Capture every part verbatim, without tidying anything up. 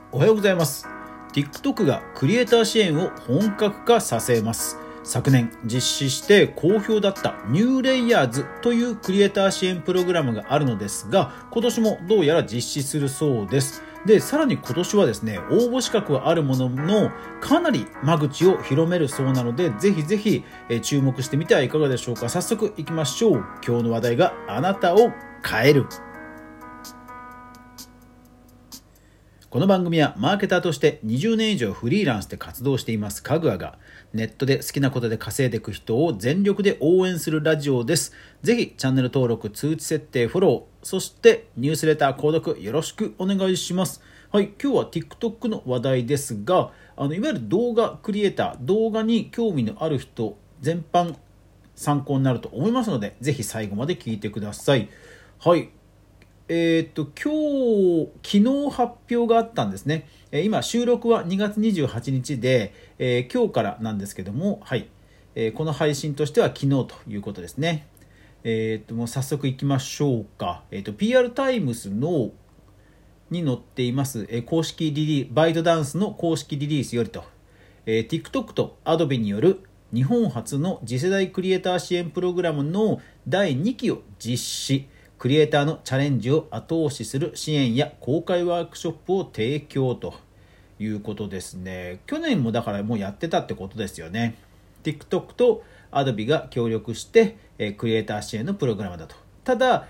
おはようございます。 TikTok がクリエイター支援を本格化させます。昨年実施して好評だったニューレイヤーズというクリエイター支援プログラムがあるのですが、今年もどうやら実施するそうです。で、さらに今年はですね、応募資格はあるもののかなり間口を広めるそうなので、ぜひぜひ注目してみてはいかがでしょうか。早速いきましょう。今日の話題があなたを変える。この番組はマーケターとしてにじゅうねん以上フリーランスで活動していますかぐわが、ネットで好きなことで稼いでいく人を全力で応援するラジオです。ぜひチャンネル登録、通知設定、フォロー、そしてニュースレター購読よろしくお願いします。はい、今日は TikTok の話題ですが、あのいわゆる動画クリエイター、動画に興味のある人全般参考になると思いますので、ぜひ最後まで聞いてください。はい。えー、っと今日昨日発表があったんですね。今収録はにがつにじゅうはちにちで、えー、今日からなんですけども、はい、えー、この配信としては昨日ということですね。えー、っともう早速いきましょうか。えー、っと ピーアール タイムスのに載っています、えー、公式リリーバイトダンスの公式リリースよりと、えー、TikTok と Adobe による日本初の次世代クリエイター支援プログラムのだいにきを実施。クリエイターのチャレンジを後押しする支援や公開ワークショップを提供ということですね。去年もだからもうやってたってことですよね。TikTok と Adobe が協力してクリエイター支援のプログラムだと。ただ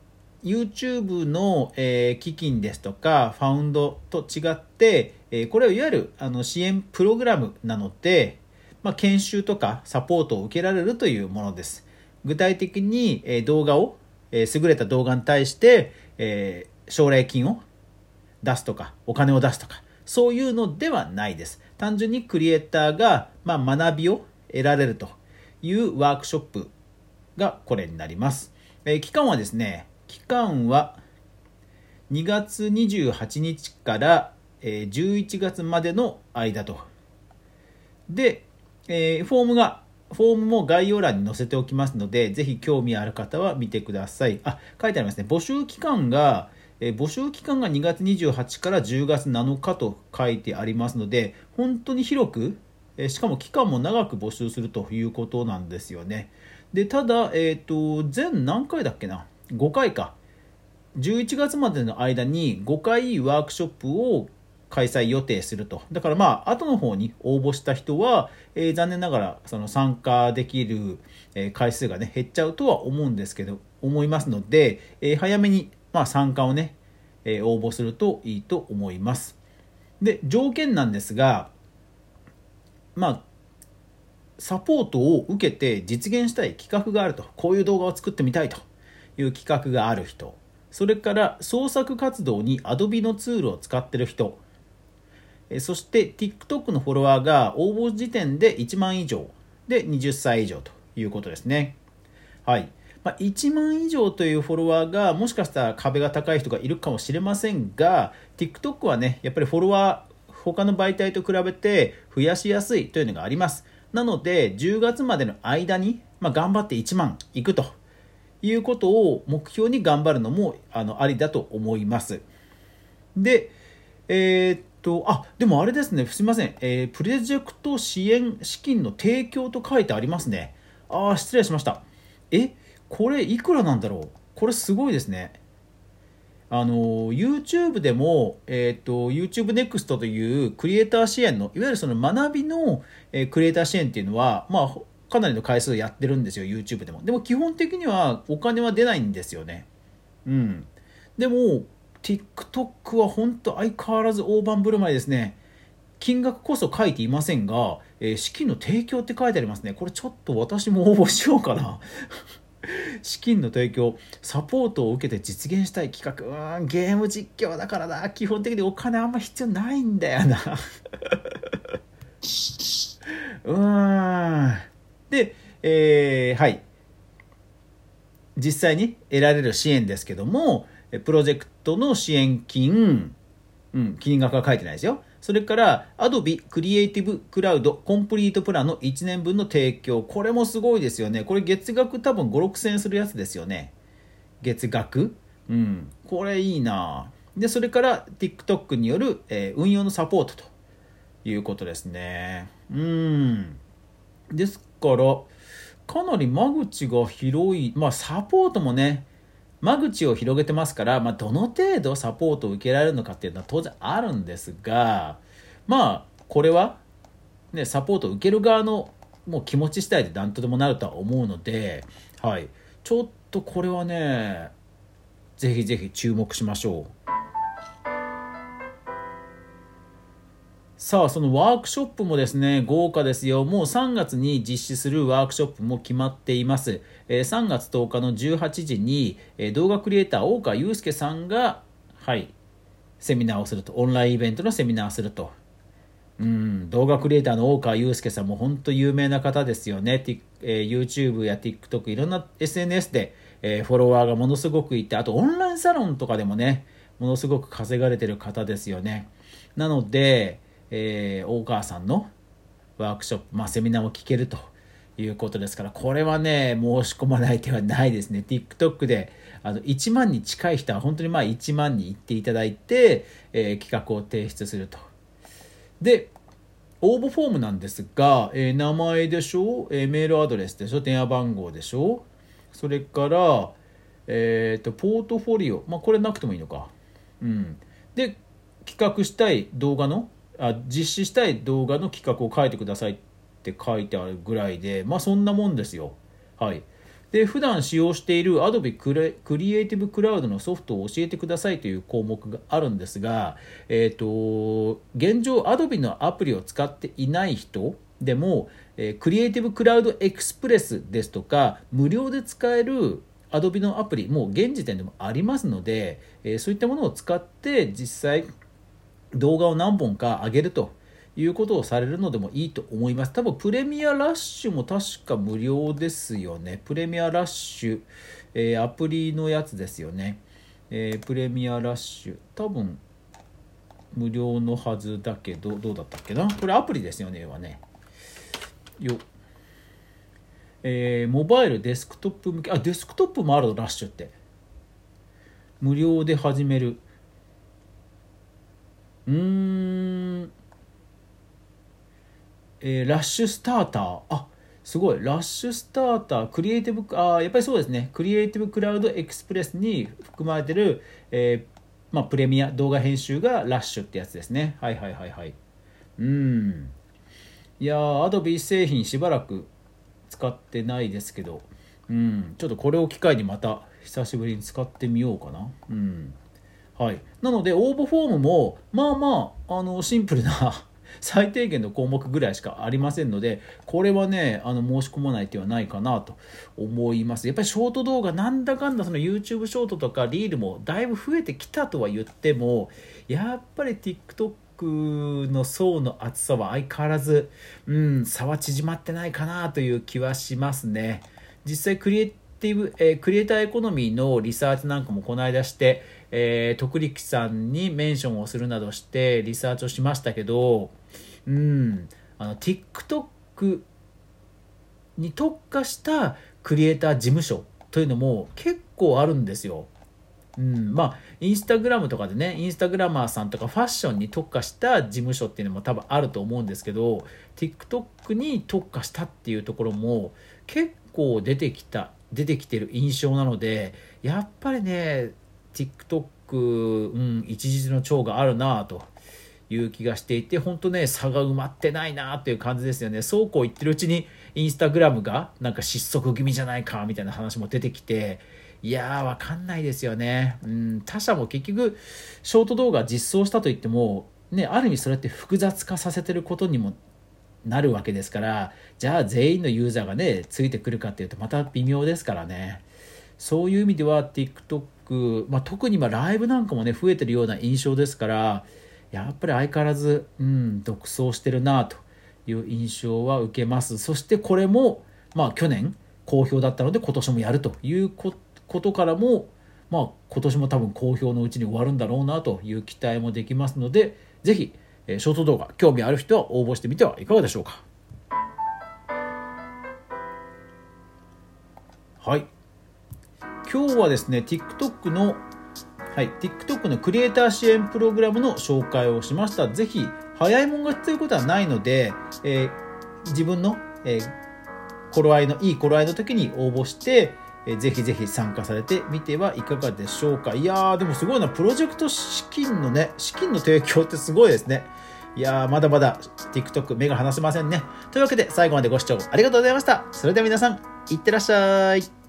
YouTube の基金ですとかファウンドと違ってこれはいわゆるあの支援プログラムなので、まあ、研修とかサポートを受けられるというものです。具体的に動画を優れた動画に対して、えー、奨励金を出すとかお金を出すとかそういうのではないです。単純にクリエイターが、まあ、学びを得られるというワークショップがこれになります。えー、期間はですね期間はにがつにじゅうはちにちからじゅういちがつまでの間と。で、えー、フォームがフォームも概要欄に載せておきますので、ぜひ興味ある方は見てください。あ、書いてありますね。募集期間が、えー、募集期間がにがつにじゅうはちからじゅうがつなのかと書いてありますので、本当に広く、えー、しかも期間も長く募集するということなんですよね。で、ただ、えっと、全何回だっけな ?ご 回か。じゅういちがつまでの間にごかいワークショップを開催予定すると。だからまあ後の方に応募した人は、えー、残念ながらその参加できる、えー、回数がね減っちゃうとは思うんですけど思いますので、えー、早めにまあ参加をね、えー、応募するといいと思います。で条件なんですが、まあサポートを受けて実現したい企画があると、こういう動画を作ってみたいという企画がある人、それから創作活動に Adobe のツールを使っている人、そして TikTok のフォロワーが応募時点でいちまん以上ではたち以上ということですね。はい。まあ、いちまん以上というフォロワーがもしかしたら壁が高い人がいるかもしれませんが、 TikTok はねやっぱりフォロワー他の媒体と比べて増やしやすいというのがあります。なのでじゅうがつまでの間に、まあ、頑張っていちまんいくということを目標に頑張るのもあのありだと思います。で、えーとあでもあれですね、すみません、えー、プロジェクト支援資金の提供と書いてありますね。ああ失礼しました。えこれいくらなんだろう。これすごいですね。あの YouTube でも、えーと、YouTube ネクストというクリエイター支援のいわゆるその学びの、えー、クリエイター支援っていうのは、まあ、かなりの回数やってるんですよ YouTube でも。でも基本的にはお金は出ないんですよね。うんでもTikTok は本当相変わらず大盤振る舞いですね。金額こそ書いていませんが、えー、資金の提供って書いてありますね。これちょっと私も応募しようかな。資金の提供、サポートを受けて実現したい企画、うーんゲーム実況だからな。基本的にお金あんま必要ないんだよな。うーんで、えー、はい実際に得られる支援ですけども、プロジェクトの支援金、うん、金額は書いてないですよ。それから Adobe Creative Cloud Complete プランのいちねんぶんの提供、これもすごいですよね。これ月額多分ご、ろくせんえんするやつですよね。月額、うん、これいいな。 でそれから TikTok による、えー、運用のサポートということですね。うんですからかなり間口が広い、まあサポートもね間口を広げてますから、まあ、どの程度サポートを受けられるのかっていうのは当然あるんですが、まあこれは、ね、サポートを受ける側のもう気持ち次第で何とでもなるとは思うので、はい、ちょっとこれはねぜひぜひ注目しましょう。さあそのワークショップもですね豪華ですよ。もうさんがつに実施するワークショップも決まっています。えー、さんがつとおかのじゅうはちじに、えー、動画クリエイター大川祐介さんが、はい、セミナーをすると、オンラインイベントのセミナーをすると。うん動画クリエイターの大川祐介さんも本当有名な方ですよね。えー、YouTube や TikTok いろんな エスエヌエス で、えー、フォロワーがものすごくいて、あとオンラインサロンとかでもねものすごく稼がれてる方ですよね。なのでえー、大川さんのワークショップ、まあ、セミナーも聞けるということですから、これはね申し込まない手はないですね。 TikTok であのいちまんに近い人は本当にまあいちまんに行っていただいて、えー、企画を提出すると。で応募フォームなんですが、えー、名前でしょ、えー、メールアドレスでしょ、電話番号でしょ、それから、えー、とポートフォリオ、まあ、これなくてもいいのか、うん、で企画したい動画のあ実施したい動画の企画を書いてくださいって書いてあるぐらいで、まあそんなもんですよ。はい。で普段使用している Adobe クリエイティブクラウドのソフトを教えてくださいという項目があるんですが、えーと、現状 Adobe のアプリを使っていない人でも、えー、クリエイティブクラウドエクスプレスですとか無料で使える Adobe のアプリもう現時点でもありますので、えー、そういったものを使って実際動画を何本か上げるということをされるのでもいいと思います。多分プレミアラッシュも確か無料ですよね。プレミアラッシュ、えー、アプリのやつですよね。えー、プレミアラッシュ多分無料のはずだけど、どうだったっけな。これアプリですよね。はねよ、えー、モバイルデスクトップ向け、あデスクトップもあるのラッシュって無料で始める。うーんえー、ラッシュスターター、あすごい、ラッシュスターター、クリエイティブ、あやっぱりそうですね、クリエイティブクラウドエクスプレスに含まれてる、えーまあ、プレミア動画編集がラッシュってやつですね。はいはいはいはい。うん。いやー、アドビ製品しばらく使ってないですけど、うん、ちょっとこれを機会にまた久しぶりに使ってみようかな。うん。はい。なので応募フォームもまあまああのシンプルな最低限の項目ぐらいしかありませんので、これはねあの申し込まない手はないかなと思います。やっぱりショート動画なんだかんだその YouTube ショートとかリールもだいぶ増えてきたとは言っても、やっぱり TikTokの層の厚さは相変わらず、うん、差は縮まってないかなという気はしますね。実際クリエイティブ、えー、クリエイターエコノミーのリサーチなんかもこの間して、えー、徳力さんにメンションをするなどしてリサーチをしましたけど、うん、あの TikTok に特化したクリエイター事務所というのも結構あるんですよ。うん、まあインスタグラムとかでねインスタグラマーさんとかファッションに特化した事務所っていうのも多分あると思うんですけど、 TikTok に特化したっていうところも結構出てきた出てきてる印象なので、やっぱりね TikTok、うん、一時の長があるなという気がしていて、本当ね差が埋まってないなという感じですよね。そうこう言ってるうちにインスタグラムがなんか失速気味じゃないかみたいな話も出てきて、いやーわかんないですよね。うん、他社も結局ショート動画実装したといってもね、ある意味それって複雑化させてることにもなるわけですから、じゃあ全員のユーザーがねついてくるかっていうとまた微妙ですからね。そういう意味では TikTok、まあ、特に今ライブなんかもね増えてるような印象ですから、やっぱり相変わらず、うん、独走してるなという印象は受けます。そしてこれも、まあ、去年好評だったので今年もやるということからも、まあ、今年も多分好評のうちに終わるんだろうなという期待もできますので、ぜひショート動画興味ある人は応募してみてはいかがでしょうか。はい、今日はですね TikTok のはい、TikTok のクリエイター支援プログラムの紹介をしました。ぜひ早いもん勝ちということはないので、えー、自分の、えー、頃合いのいい頃合いの時に応募して、えー、ぜひぜひ参加されてみてはいかがでしょうか。いやーでもすごいな、プロジェクト資金のね資金の提供ってすごいですね。いやーまだまだ TikTok 目が離せませんね。というわけで最後までご視聴ありがとうございました。それでは皆さんいってらっしゃい。